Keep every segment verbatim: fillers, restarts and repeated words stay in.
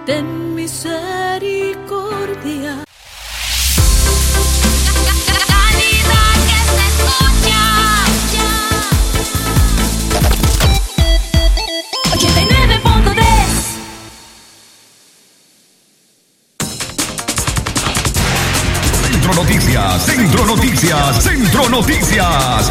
ten misericordia. Calidad que se escucha. ochenta y nueve punto tres. Centro Noticias, Centro Noticias, Centro Noticias.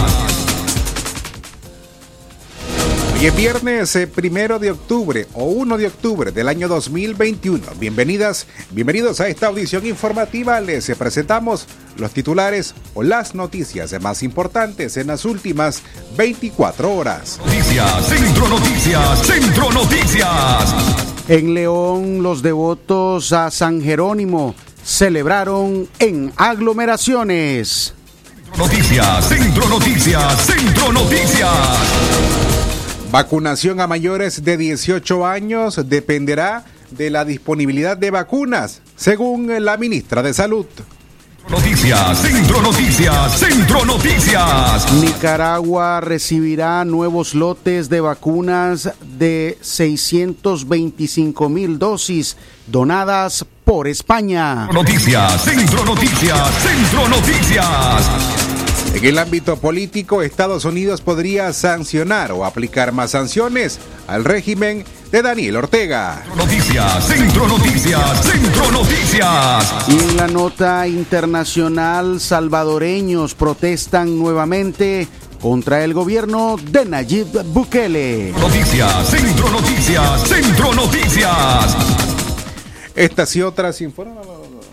Hoy es viernes eh, primero de octubre o uno de octubre del año dos mil veintiuno. Bienvenidas, bienvenidos a esta audición informativa. Les eh, presentamos los titulares o las noticias más importantes en las últimas veinticuatro horas. Noticias, Centro Noticias, Centro Noticias. En León, los devotos a San Jerónimo celebraron en aglomeraciones. Centro Noticias, Centro Noticias, Centro Noticias. Vacunación a mayores de dieciocho años dependerá de la disponibilidad de vacunas, según la ministra de Salud. Noticias, Centro Noticias, Centro Noticias. Nicaragua recibirá nuevos lotes de vacunas de seiscientos veinticinco mil dosis donadas por España. Noticias, Centro Noticias, Centro Noticias. En el ámbito político, Estados Unidos podría sancionar o aplicar más sanciones al régimen de Daniel Ortega. Noticias, Centro Noticias, Centro Noticias. Y en la nota internacional, salvadoreños protestan nuevamente contra el gobierno de Nayib Bukele. Noticias, Centro Noticias, Centro Noticias. Estas y otras informaciones.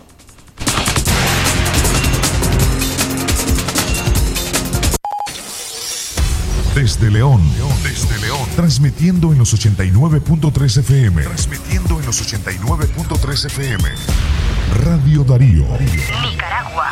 Desde León, desde León, transmitiendo en los ochenta y nueve punto tres F M, transmitiendo en los ochenta y nueve punto tres F M, Radio Darío, Nicaragua.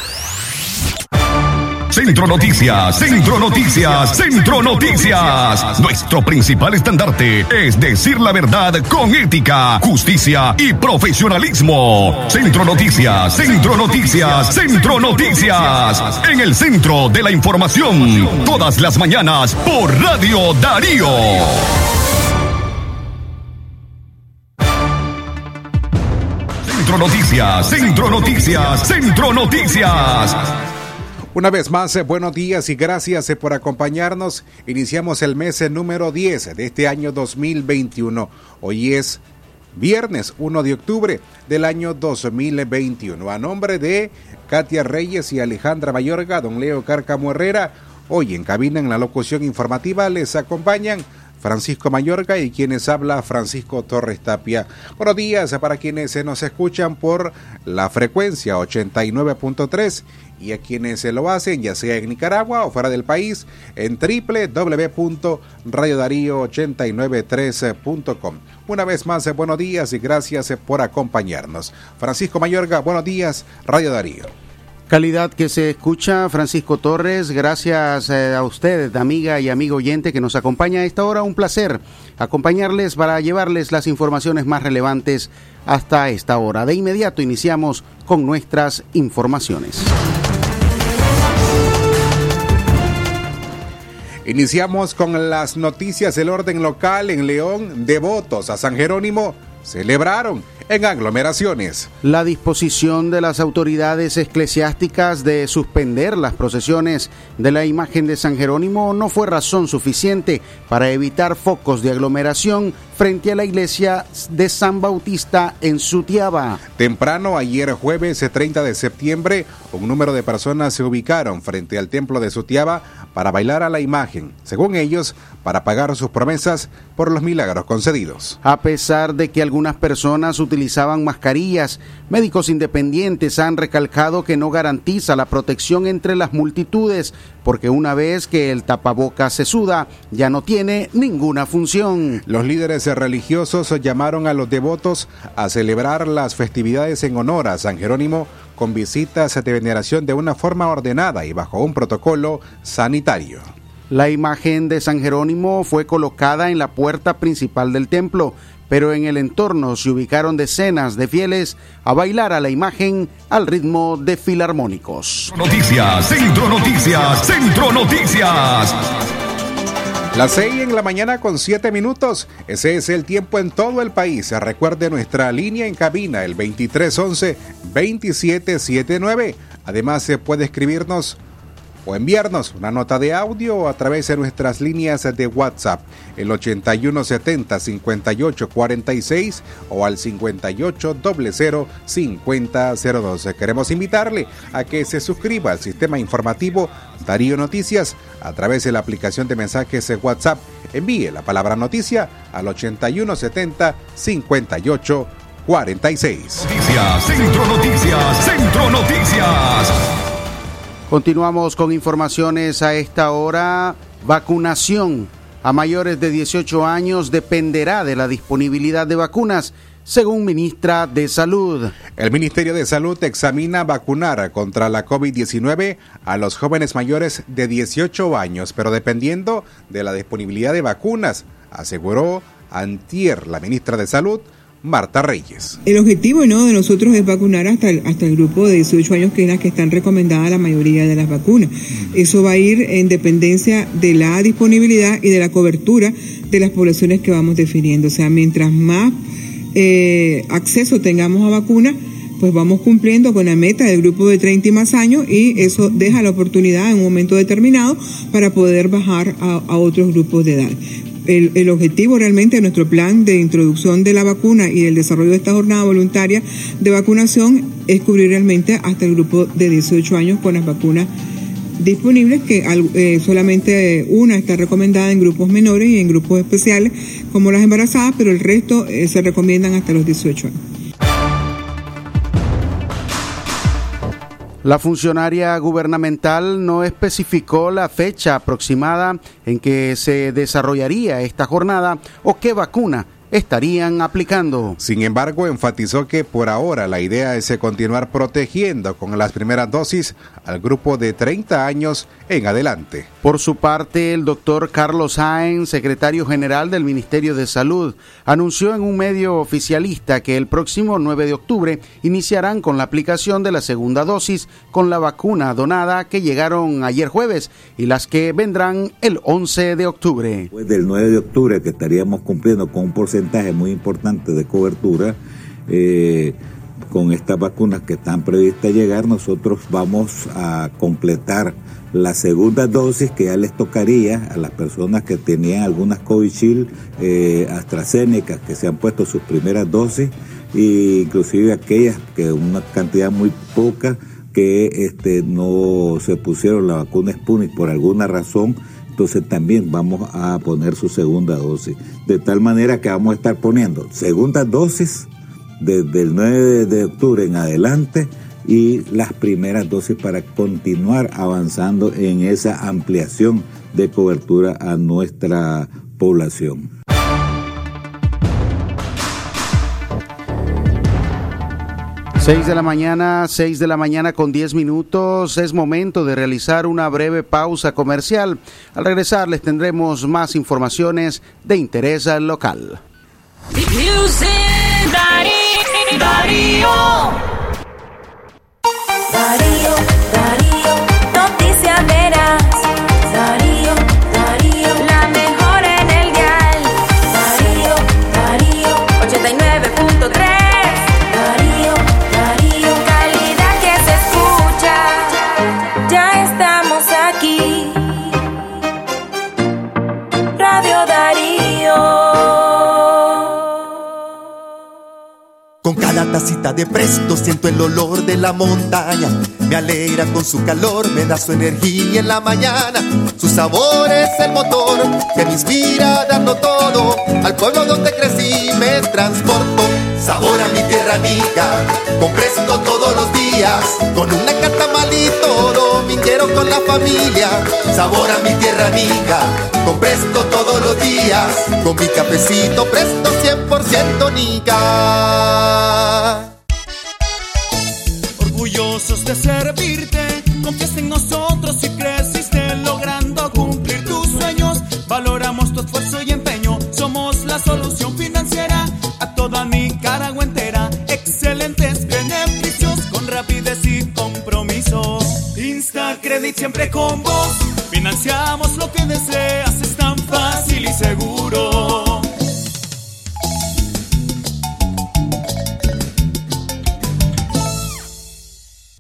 Centro Noticias, Centro Noticias, Centro Noticias. Nuestro principal estandarte es decir la verdad con ética, justicia y profesionalismo. Centro Noticias, Centro Noticias, Centro Noticias. En el centro de la información, todas las mañanas por Radio Darío. Centro Noticias, Centro Noticias, Centro Noticias. Una vez más, eh, buenos días y gracias eh, por acompañarnos. Iniciamos el mes eh, número diez de este año dos mil veintiuno. Hoy es viernes uno de octubre del año dos mil veintiuno. A nombre de Katia Reyes y Alejandra Mayorga, don Leo Cárcamo Herrera, hoy en cabina en la locución informativa les acompañan Francisco Mayorga y quienes habla Francisco Torres Tapia. Buenos días para quienes se nos escuchan por la frecuencia ochenta y nueve punto tres y a quienes se lo hacen ya sea en Nicaragua o fuera del país en doble u doble u doble u punto radio darío ochenta y nueve tres punto com. Una vez más, buenos días y gracias por acompañarnos. Francisco Mayorga, buenos días, Radio Darío. Calidad que se escucha, Francisco Torres, gracias a usted, amiga y amigo oyente que nos acompaña a esta hora. Un placer acompañarles para llevarles las informaciones más relevantes hasta esta hora. De inmediato iniciamos con nuestras informaciones. Iniciamos con las noticias del orden local. En León, devotos a San Jerónimo celebraron en aglomeraciones. La disposición de las autoridades eclesiásticas de suspender las procesiones de la imagen de San Jerónimo no fue razón suficiente para evitar focos de aglomeración frente a la iglesia de San Bautista en Sutiaba. Temprano, ayer jueves treinta de septiembre, un número de personas se ubicaron frente al templo de Sutiaba para bailar a la imagen, según ellos, para pagar sus promesas por los milagros concedidos. A pesar de que algunas personas utilizaban mascarillas, médicos independientes han recalcado que no garantiza la protección entre las multitudes, porque una vez que el tapabocas se suda, ya no tiene ninguna función. Los líderes religiosos llamaron a los devotos a celebrar las festividades en honor a San Jerónimo con visitas de veneración de una forma ordenada y bajo un protocolo sanitario. La imagen de San Jerónimo fue colocada en la puerta principal del templo, pero en el entorno se ubicaron decenas de fieles a bailar a la imagen al ritmo de filarmónicos. Noticias, Centro Noticias, Centro Noticias. Las seis en la mañana con siete minutos. Ese es el tiempo en todo el país. Recuerde nuestra línea en cabina, el veintitrés once veintisiete setenta y nueve. Además, se puede escribirnos o enviarnos una nota de audio a través de nuestras líneas de WhatsApp, el ochenta y uno setenta cincuenta y ocho cuarenta y seis o al cincuenta y ocho cero cero cincuenta cero dos. Queremos invitarle a que se suscriba al sistema informativo Darío Noticias a través de la aplicación de mensajes de WhatsApp. Envíe la palabra noticia al ochenta y uno setenta cincuenta y ocho cuarenta y seis. Noticias, Centro Noticias, Centro Noticias. Continuamos con informaciones a esta hora. Vacunación a mayores de dieciocho años dependerá de la disponibilidad de vacunas, según ministra de Salud. El Ministerio de Salud examina vacunar contra la COVID diecinueve a los jóvenes mayores de dieciocho años, pero dependiendo de la disponibilidad de vacunas, aseguró antier la ministra de Salud, Marta Reyes. El objetivo no de nosotros es vacunar hasta el, hasta el grupo de dieciocho años, que es la que están recomendadas la mayoría de las vacunas. Eso va a ir en dependencia de la disponibilidad y de la cobertura de las poblaciones que vamos definiendo. O sea, mientras más eh, acceso tengamos a vacunas, pues vamos cumpliendo con la meta del grupo de treinta y más años, y eso deja la oportunidad en un momento determinado para poder bajar a, a otros grupos de edad. El, el objetivo realmente de nuestro plan de introducción de la vacuna y el desarrollo de esta jornada voluntaria de vacunación es cubrir realmente hasta el grupo de dieciocho años con las vacunas disponibles, que eh, solamente una está recomendada en grupos menores y en grupos especiales como las embarazadas, pero el resto eh, se recomiendan hasta los dieciocho años. La funcionaria gubernamental no especificó la fecha aproximada en que se desarrollaría esta jornada o qué vacuna estarían aplicando. Sin embargo, enfatizó que por ahora la idea es continuar protegiendo con las primeras dosis al grupo de treinta años en adelante. Por su parte, el doctor Carlos Sáenz, secretario general del Ministerio de Salud, anunció en un medio oficialista que el próximo nueve de octubre iniciarán con la aplicación de la segunda dosis con la vacuna donada que llegaron ayer jueves y las que vendrán el once de octubre. Después del nueve de octubre, que estaríamos cumpliendo con un porcentaje muy importante de cobertura, eh, con estas vacunas que están previstas llegar, nosotros vamos a completar la segunda dosis que ya les tocaría a las personas que tenían algunas Covishield, eh, AstraZeneca, que se han puesto sus primeras dosis, e inclusive aquellas que una cantidad muy poca que este, no se pusieron la vacuna Sputnik por alguna razón. Entonces también vamos a poner su segunda dosis, de tal manera que vamos a estar poniendo segundas dosis desde el nueve de octubre en adelante y las primeras dosis para continuar avanzando en esa ampliación de cobertura a nuestra población. Seis de la mañana, seis de la mañana con diez minutos. Es momento de realizar una breve pausa comercial. Al regresar les tendremos más informaciones de interés local. Darío, Darío, Darío, Darío, noticias veras. Darío, Darío, la mejor en el dial. Darío, Darío, ochenta y nueve punto tres. Darío, Darío, calidad que se escucha. Ya estamos aquí. Radio Darío. Con cada tacita de Presto siento el olor de la montaña. Me alegra con su calor, me da su energía en la mañana. Su sabor es el motor que me inspira a darlo todo. Al pueblo donde crecí me transporto. Sabor a mi tierra amiga, con Presto todos los días. Con una catamalito dominguero con la familia. Sabor a mi tierra amiga, con Presto todos los días. Con mi cafecito Presto cien por ciento Nica. Orgullosos de servirte, confías en nosotros y creciste logrando cumplir tus sueños. Valoramos tu esfuerzo y empeño, somos la solución financiera a toda Nicaragua entera. Excelentes beneficios con rapidez y compromiso. Instacredit siempre con vos, financiamos lo que deseas, es tan fácil.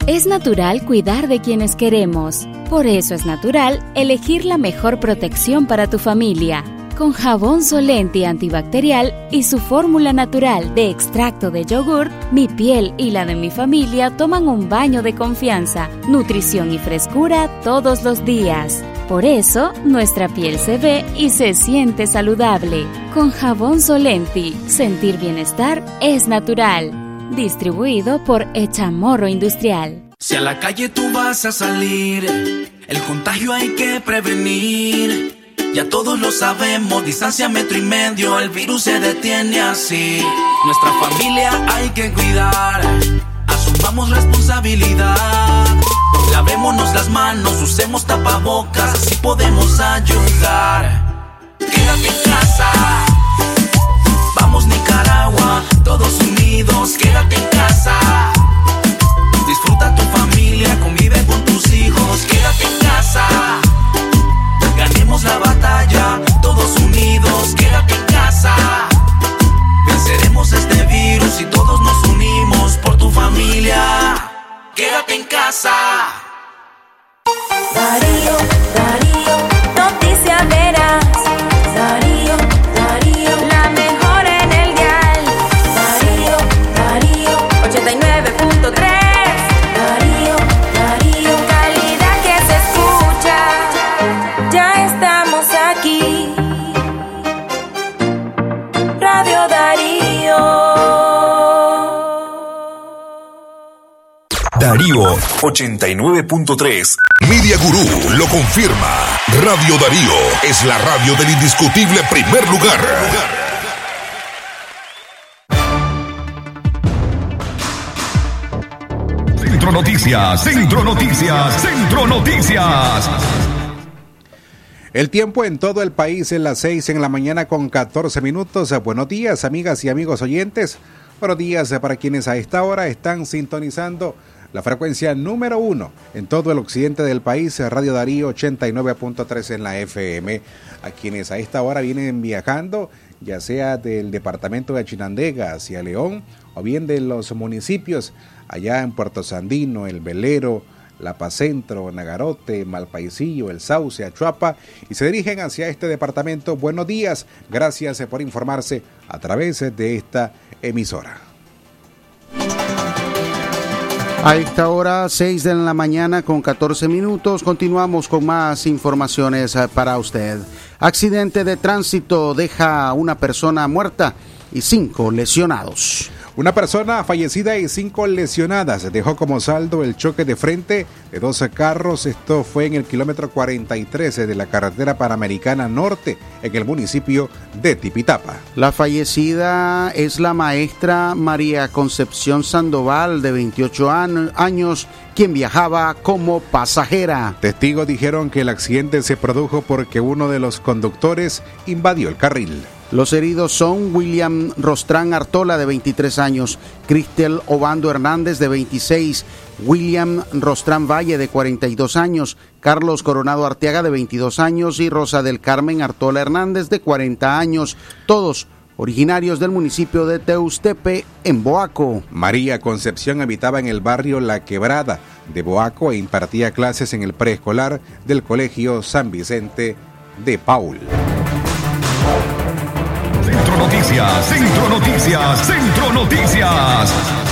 Es natural cuidar de quienes queremos. Por eso es natural elegir la mejor protección para tu familia. Con jabón Solenti antibacterial y su fórmula natural de extracto de yogur, mi piel y la de mi familia toman un baño de confianza, nutrición y frescura todos los días. Por eso, nuestra piel se ve y se siente saludable. Con jabón Solenti, sentir bienestar es natural. Distribuido por Echamorro Industrial. Si a la calle tú vas a salir, el contagio hay que prevenir. Ya todos lo sabemos, distancia metro y medio, el virus se detiene así. Nuestra familia hay que cuidar, asumamos responsabilidad. Lavémonos las manos, usemos tapabocas, así podemos ayudar. Quédate en casa, vamos Nicaragua, todos unidos, quédate en casa. Disfruta tu familia, convive con tus hijos, quédate en casa. Ganemos la batalla, todos unidos, quédate en casa. Venceremos este virus y todos nos unimos por tu familia. Quédate en casa. Darío, Darío, noticias veras. Darío, Darío, la mejor en el dial. Darío, Darío, ochenta y nueve punto tres. Darío, Darío, calidad que se escucha. Ya estamos aquí. Radio Darío. Darío ochenta y nueve punto tres. Media Gurú lo confirma. Radio Darío es la radio del indiscutible primer lugar. Centro Noticias, Centro Noticias, Centro Noticias. El tiempo en todo el país en las seis en la mañana con catorce minutos. Buenos días, amigas y amigos oyentes. Buenos días para quienes a esta hora están sintonizando la frecuencia número uno en todo el occidente del país, Radio Darío ochenta y nueve punto tres en la F M. A quienes a esta hora vienen viajando, ya sea del departamento de Chinandega hacia León, o bien de los municipios allá en Puerto Sandino, El Velero, La Paz Centro, Nagarote, Malpaisillo, El Sauce, Achuapa, y se dirigen hacia este departamento. Buenos días, gracias por informarse a través de esta emisora. A esta hora, seis de la mañana con catorce minutos, continuamos con más informaciones para usted. Accidente de tránsito deja a una persona muerta y cinco lesionados. Una persona fallecida y cinco lesionadas dejó como saldo el choque de frente de dos carros. Esto fue en el kilómetro cuarenta y tres de la carretera Panamericana Norte, en el municipio de Tipitapa. La fallecida es la maestra María Concepción Sandoval, de veintiocho años, quien viajaba como pasajera. Testigos dijeron que el accidente se produjo porque uno de los conductores invadió el carril. Los heridos son William Rostrán Artola, de veintitrés años, Cristel Obando Hernández, de veintiséis, William Rostrán Valle, de cuarenta y dos años, Carlos Coronado Arteaga, de veintidós años, y Rosa del Carmen Artola Hernández, de cuarenta años, todos originarios del municipio de Teustepe, en Boaco. María Concepción habitaba en el barrio La Quebrada de Boaco e impartía clases en el preescolar del Colegio San Vicente de Paul. Centro Noticias, Centro Noticias, Centro Noticias.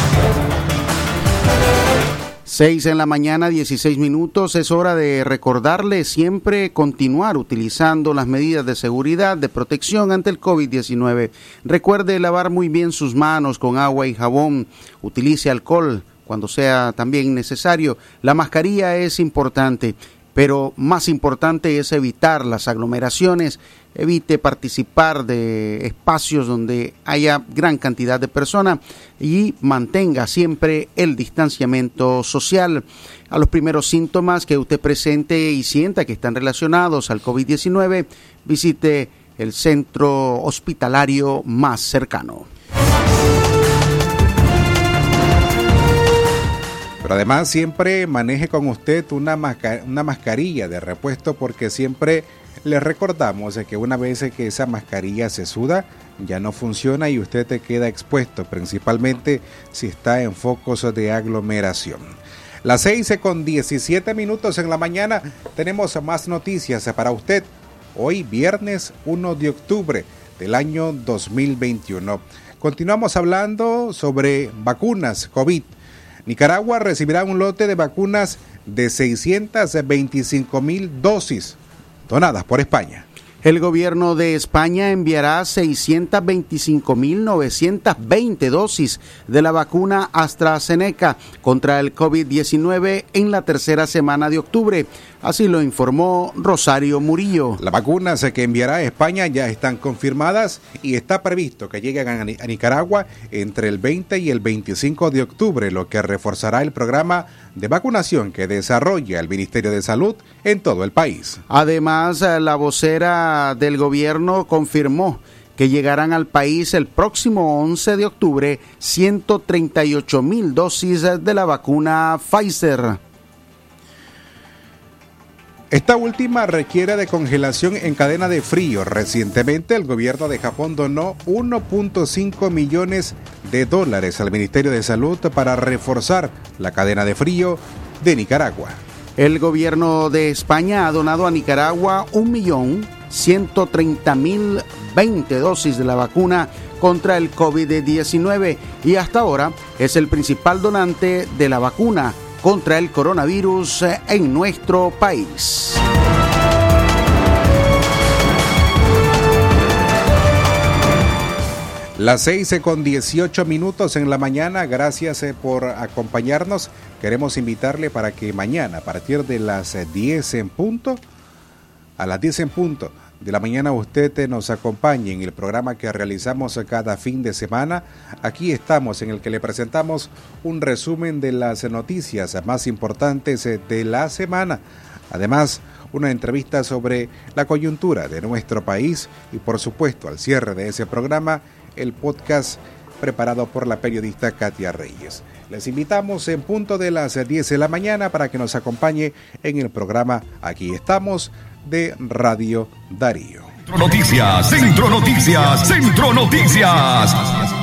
seis en la mañana, dieciséis minutos. Es hora de recordarle siempre continuar utilizando las medidas de seguridad, de protección ante el COVID diecinueve. Recuerde lavar muy bien sus manos con agua y jabón. Utilice alcohol cuando sea también necesario. La mascarilla es importante, pero más importante es evitar las aglomeraciones. Evite participar de espacios donde haya gran cantidad de personas y mantenga siempre el distanciamiento social. A los primeros síntomas que usted presente y sienta que están relacionados al COVID diecinueve, visite el centro hospitalario más cercano. Pero además siempre maneje con usted una, masca- una mascarilla de repuesto, porque siempre les recordamos que una vez que esa mascarilla se suda, ya no funciona y usted te queda expuesto, principalmente si está en focos de aglomeración. Las seis con diecisiete minutos en la mañana tenemos más noticias para usted. Hoy viernes uno de octubre del año dos mil veintiuno. Continuamos hablando sobre vacunas COVID. Nicaragua recibirá un lote de vacunas de seiscientas veinticinco mil dosis donadas por España. El gobierno de España enviará seiscientas veinticinco mil novecientas veinte dosis de la vacuna AstraZeneca contra el COVID diecinueve en la tercera semana de octubre. Así lo informó Rosario Murillo. Las vacunas que enviará a España ya están confirmadas y está previsto que lleguen a Nicaragua entre el veinte y el veinticinco de octubre, lo que reforzará el programa de vacunación que desarrolla el Ministerio de Salud en todo el país. Además, la vocera del gobierno confirmó que llegarán al país el próximo once de octubre ciento treinta y ocho mil dosis de la vacuna Pfizer. Esta última requiere de congelación en cadena de frío. Recientemente el gobierno de Japón donó uno punto cinco millones de dólares al Ministerio de Salud para reforzar la cadena de frío de Nicaragua. El gobierno de España ha donado a Nicaragua un millón ciento treinta mil veinte dosis de la vacuna contra el COVID diecinueve y hasta ahora es el principal donante de la vacuna contra el coronavirus en nuestro país. Las seis con dieciocho minutos en la mañana, gracias por acompañarnos. Queremos invitarle para que mañana, a partir de las diez en punto, a las diez en punto de la mañana, usted nos acompañe en el programa que realizamos cada fin de semana. Aquí estamos, en el que le presentamos un resumen de las noticias más importantes de la semana. Además, una entrevista sobre la coyuntura de nuestro país y, por supuesto, al cierre de ese programa, el podcast preparado por la periodista Katia Reyes. Les invitamos en punto de las diez de la mañana para que nos acompañe en el programa Aquí estamos de Radio Darío. Centro Noticias, Centro Noticias, Centro Noticias.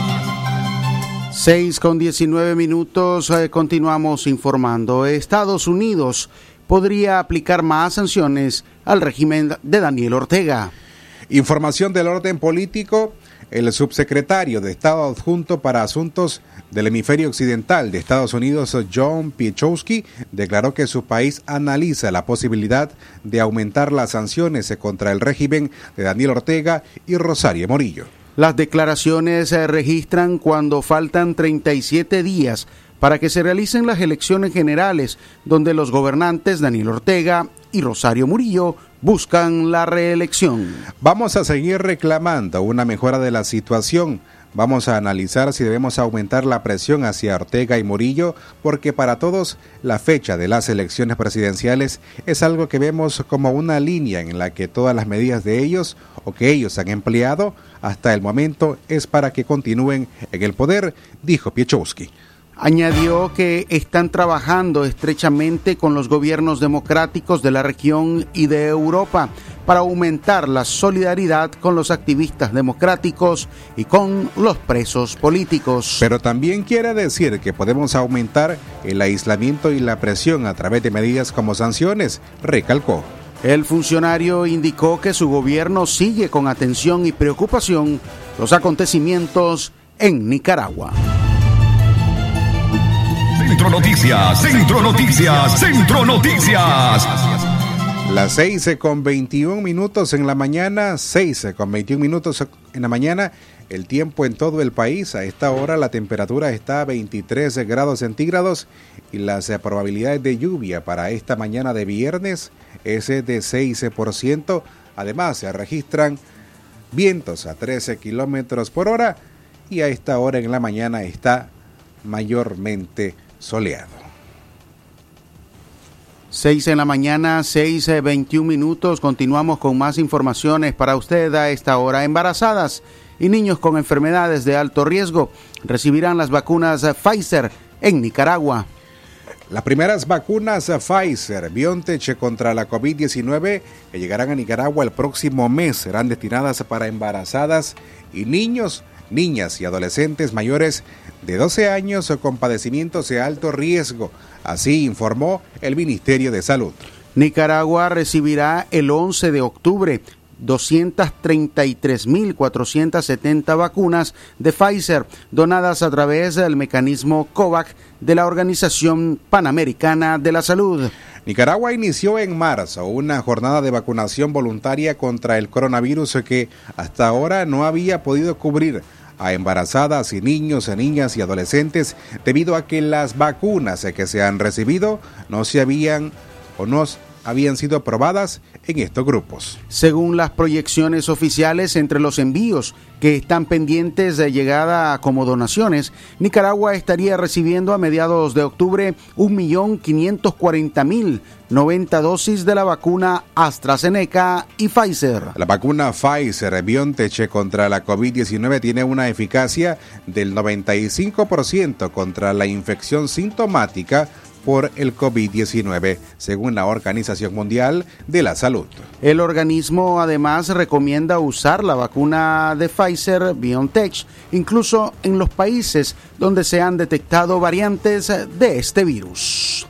seis con diecinueve minutos, eh, continuamos informando. Estados Unidos podría aplicar más sanciones al régimen de Daniel Ortega. Información del orden político. El subsecretario de Estado adjunto para Asuntos del Hemisferio Occidental de Estados Unidos, John Piechowski, declaró que su país analiza la posibilidad de aumentar las sanciones contra el régimen de Daniel Ortega y Rosario Murillo. Las declaraciones se registran cuando faltan treinta y siete días para que se realicen las elecciones generales, donde los gobernantes Daniel Ortega y Rosario Murillo buscan la reelección. Vamos a seguir reclamando una mejora de la situación. Vamos a analizar si debemos aumentar la presión hacia Ortega y Murillo, porque para todos la fecha de las elecciones presidenciales es algo que vemos como una línea en la que todas las medidas de ellos o que ellos han empleado hasta el momento es para que continúen en el poder, dijo Piechowski. Añadió que están trabajando estrechamente con los gobiernos democráticos de la región y de Europa para aumentar la solidaridad con los activistas democráticos y con los presos políticos. Pero también quiere decir que podemos aumentar el aislamiento y la presión a través de medidas como sanciones, recalcó. El funcionario indicó que su gobierno sigue con atención y preocupación los acontecimientos en Nicaragua. Centro Noticias, Centro Noticias, Centro Noticias. Las seis con veintiún minutos en la mañana, seis con veintiún minutos en la mañana, el tiempo en todo el país. A esta hora la temperatura está a veintitrés grados centígrados y las probabilidades de lluvia para esta mañana de viernes es de seis por ciento. Además se registran vientos a trece kilómetros por hora y a esta hora en la mañana está mayormente soleado. seis en la mañana, seis veintiún minutos. Continuamos con más informaciones para usted a esta hora. Embarazadas y niños con enfermedades de alto riesgo recibirán las vacunas Pfizer en Nicaragua. Las primeras vacunas Pfizer BioNTech contra la COVID diecinueve que llegarán a Nicaragua el próximo mes serán destinadas para embarazadas y niños niñas y adolescentes mayores de doce años o con padecimientos de alto riesgo. Así informó el Ministerio de Salud. Nicaragua recibirá el once de octubre doscientas treinta y tres mil cuatrocientas setenta vacunas de Pfizer donadas a través del mecanismo COVAX de la Organización Panamericana de la Salud. Nicaragua inició en marzo una jornada de vacunación voluntaria contra el coronavirus que hasta ahora no había podido cubrir a embarazadas y niños, niñas y adolescentes debido a que las vacunas que se han recibido no se habían o no habían sido aprobadas en estos grupos. Según las proyecciones oficiales, entre los envíos que están pendientes de llegada como donaciones, Nicaragua estaría recibiendo a mediados de octubre un millón quinientos cuarenta mil noventa dosis de la vacuna AstraZeneca y Pfizer. La vacuna Pfizer-BioNTech contra la COVID diecinueve tiene una eficacia del noventa y cinco por ciento contra la infección sintomática por el COVID diecinueve, según la Organización Mundial de la Salud. El organismo además recomienda usar la vacuna de Pfizer-BioNTech, incluso en los países donde se han detectado variantes de este virus.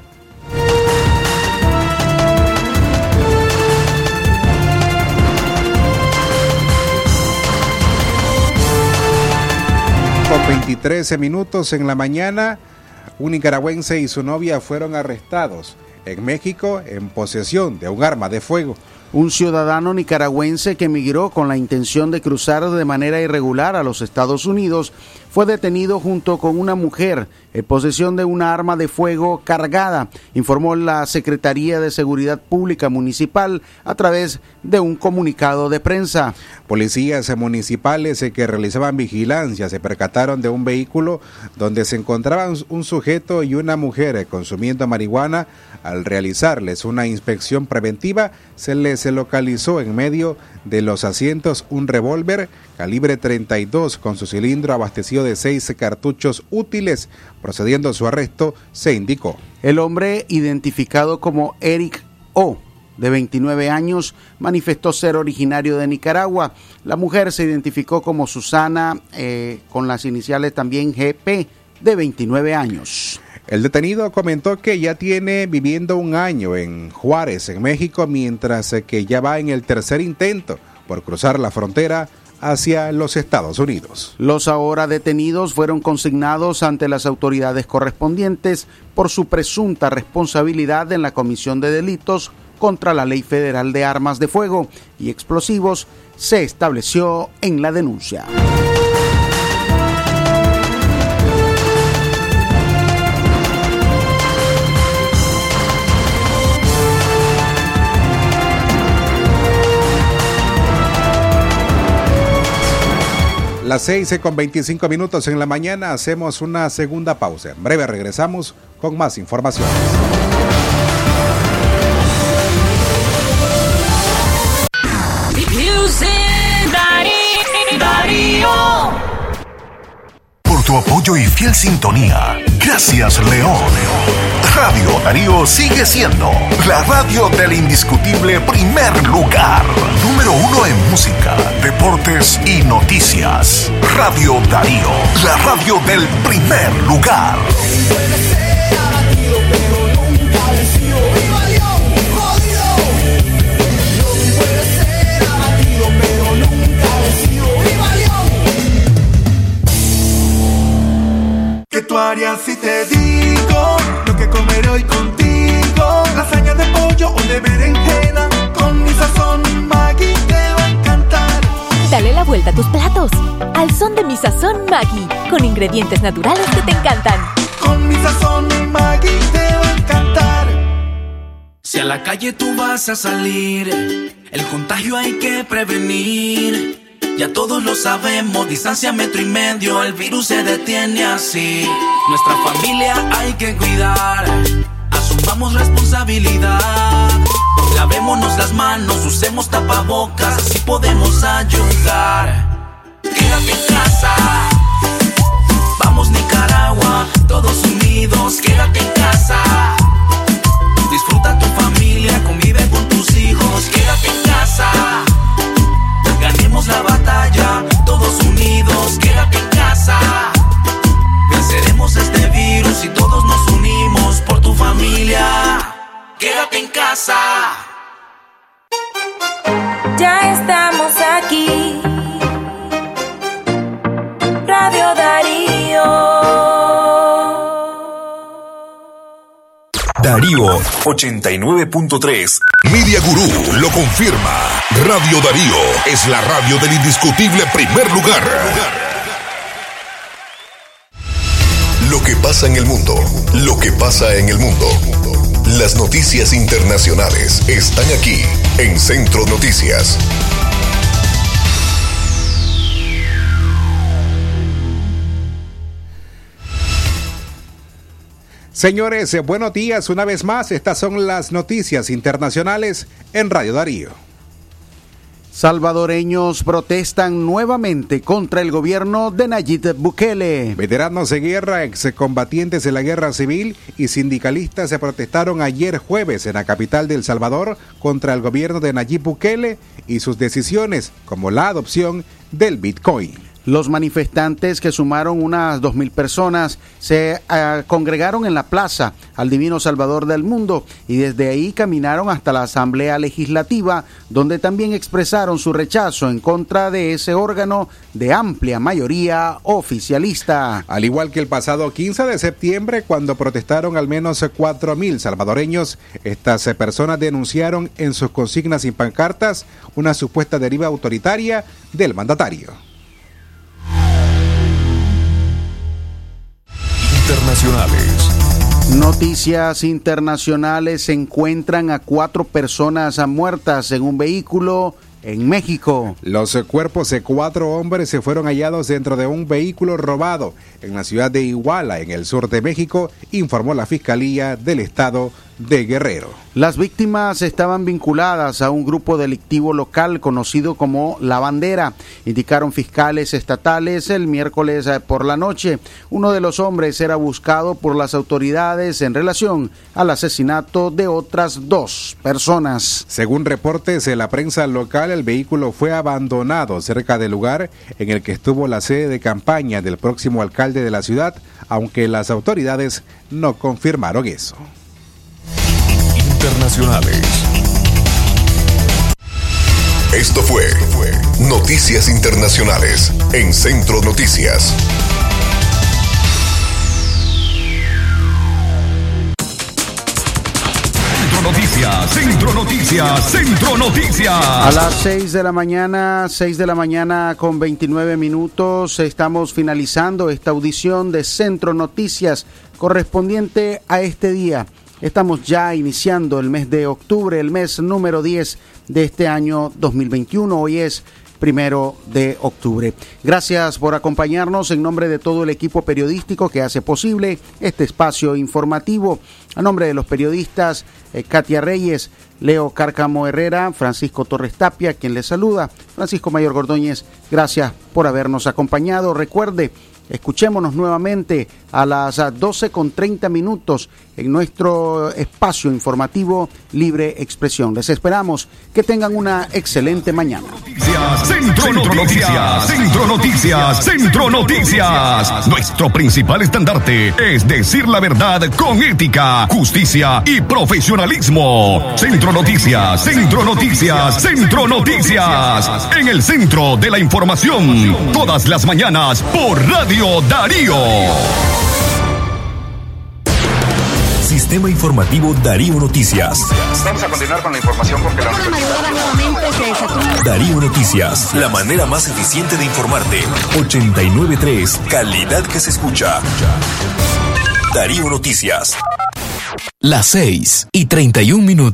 Con veintitrés minutos en la mañana, un nicaragüense y su novia fueron arrestados en México en posesión de un arma de fuego. Un ciudadano nicaragüense que emigró con la intención de cruzar de manera irregular a los Estados Unidos fue detenido junto con una mujer en posesión de una arma de fuego cargada, informó la Secretaría de Seguridad Pública Municipal a través de un comunicado de prensa. Policías municipales que realizaban vigilancia se percataron de un vehículo donde se encontraban un sujeto y una mujer consumiendo marihuana. Al realizarles una inspección preventiva, se les localizó en medio de los asientos un revólver calibre treinta y dos con su cilindro abastecido de seis cartuchos útiles. Procediendo a su arresto, se indicó. El hombre, identificado como Eric O., de veintinueve años, manifestó ser originario de Nicaragua. La mujer se identificó como Susana, eh, con las iniciales también G P, de veintinueve años. El detenido comentó que ya tiene viviendo un año en Juárez, en México, mientras que ya va en el tercer intento por cruzar la frontera hacia los Estados Unidos. Los ahora detenidos fueron consignados ante las autoridades correspondientes por su presunta responsabilidad en la comisión de delitos contra la Ley Federal de Armas de Fuego y Explosivos, se estableció en la denuncia. Las seis con veinticinco minutos en la mañana, hacemos una segunda pausa. En breve regresamos con más información. Por tu apoyo y fiel sintonía, gracias León. Radio Darío sigue siendo la radio del indiscutible primer lugar. Número uno en música, deportes y noticias. Radio Darío, la radio del primer lugar. ¿Qué tú harías si te digo lo que comeré hoy contigo? Lasaña de pollo o de berenjena, con mi sazón Maggi te va a encantar. Dale la vuelta a tus platos, al son de mi sazón Maggi, con ingredientes naturales que te encantan. Con mi sazón Maggi te va a encantar. Si a la calle tú vas a salir, el contagio hay que prevenir. Ya todos lo sabemos, distancia metro y medio, el virus se detiene así. Nuestra familia hay que cuidar, asumamos responsabilidad. Lavémonos las manos, usemos tapabocas, así podemos ayudar. Quédate en casa, vamos Nicaragua, todos unidos, quédate en casa. Disfruta tu familia, convive con tus hijos, quédate en casa. Ganemos la batalla, todos unidos. Radio Darío. Darío ochenta y nueve punto tres. Media Gurú lo confirma. Radio Darío es la radio del indiscutible primer lugar. Lo que pasa en el mundo, lo que pasa en el mundo. Las noticias internacionales están aquí en Centro Noticias. Señores, buenos días una vez más. Estas son las noticias internacionales en Radio Darío. Salvadoreños protestan nuevamente contra el gobierno de Nayib Bukele. Veteranos de guerra, excombatientes de la guerra civil y sindicalistas se protestaron ayer jueves en la capital de El Salvador contra el gobierno de Nayib Bukele y sus decisiones, como la adopción del Bitcoin. Los manifestantes, que sumaron unas dos mil personas, se uh, congregaron en la plaza al Divino Salvador del Mundo y desde ahí caminaron hasta la Asamblea Legislativa, donde también expresaron su rechazo en contra de ese órgano de amplia mayoría oficialista. Al igual que el pasado quince de septiembre, cuando protestaron al menos cuatro mil salvadoreños, estas personas denunciaron en sus consignas y pancartas una supuesta deriva autoritaria del mandatario. Internacionales. Noticias internacionales: se encuentran a cuatro personas muertas en un vehículo en México. Los cuerpos de cuatro hombres se fueron hallados dentro de un vehículo robado en la ciudad de Iguala, en el sur de México, informó la Fiscalía del Estado de Guerrero. Las víctimas estaban vinculadas a un grupo delictivo local conocido como La Bandera, indicaron fiscales estatales el miércoles por la noche. Uno de los hombres era buscado por las autoridades en relación al asesinato de otras dos personas. Según reportes de la prensa local, el vehículo fue abandonado cerca del lugar en el que estuvo la sede de campaña del próximo alcalde de la ciudad, aunque las autoridades no confirmaron eso. Internacionales. Esto fue Noticias Internacionales en Centro Noticias. Centro Noticias, Centro Noticias, Centro Noticias. A las seis de la mañana, seis de la mañana con veintinueve minutos, estamos finalizando esta audición de Centro Noticias correspondiente a este día. Estamos ya iniciando el mes de octubre, el mes número diez de este año dos mil veintiuno. Hoy es primero de octubre. Gracias por acompañarnos en nombre de todo el equipo periodístico que hace posible este espacio informativo. A nombre de los periodistas eh, Katia Reyes, Leo Cárcamo Herrera, Francisco Torres Tapia, quien les saluda, Francisco Mayor Gordóñez, gracias por habernos acompañado. Recuerde, escuchémonos nuevamente a las doce con treinta minutos en nuestro espacio informativo Libre Expresión. Les esperamos. Que tengan una excelente mañana. Centro Noticias, Centro Noticias, Centro Noticias. Nuestro principal estandarte es decir la verdad con ética, justicia y profesionalismo. Centro Noticias, Centro Noticias, Centro Noticias. En el centro de la información, todas las mañanas por Radio Darío. Sistema Informativo Darío Noticias. Vamos a continuar con la información porque la Darío Noticias, la manera más eficiente de informarte. ochenta y nueve punto tres, calidad que se escucha. Darío Noticias. Las seis y treinta y un minutos.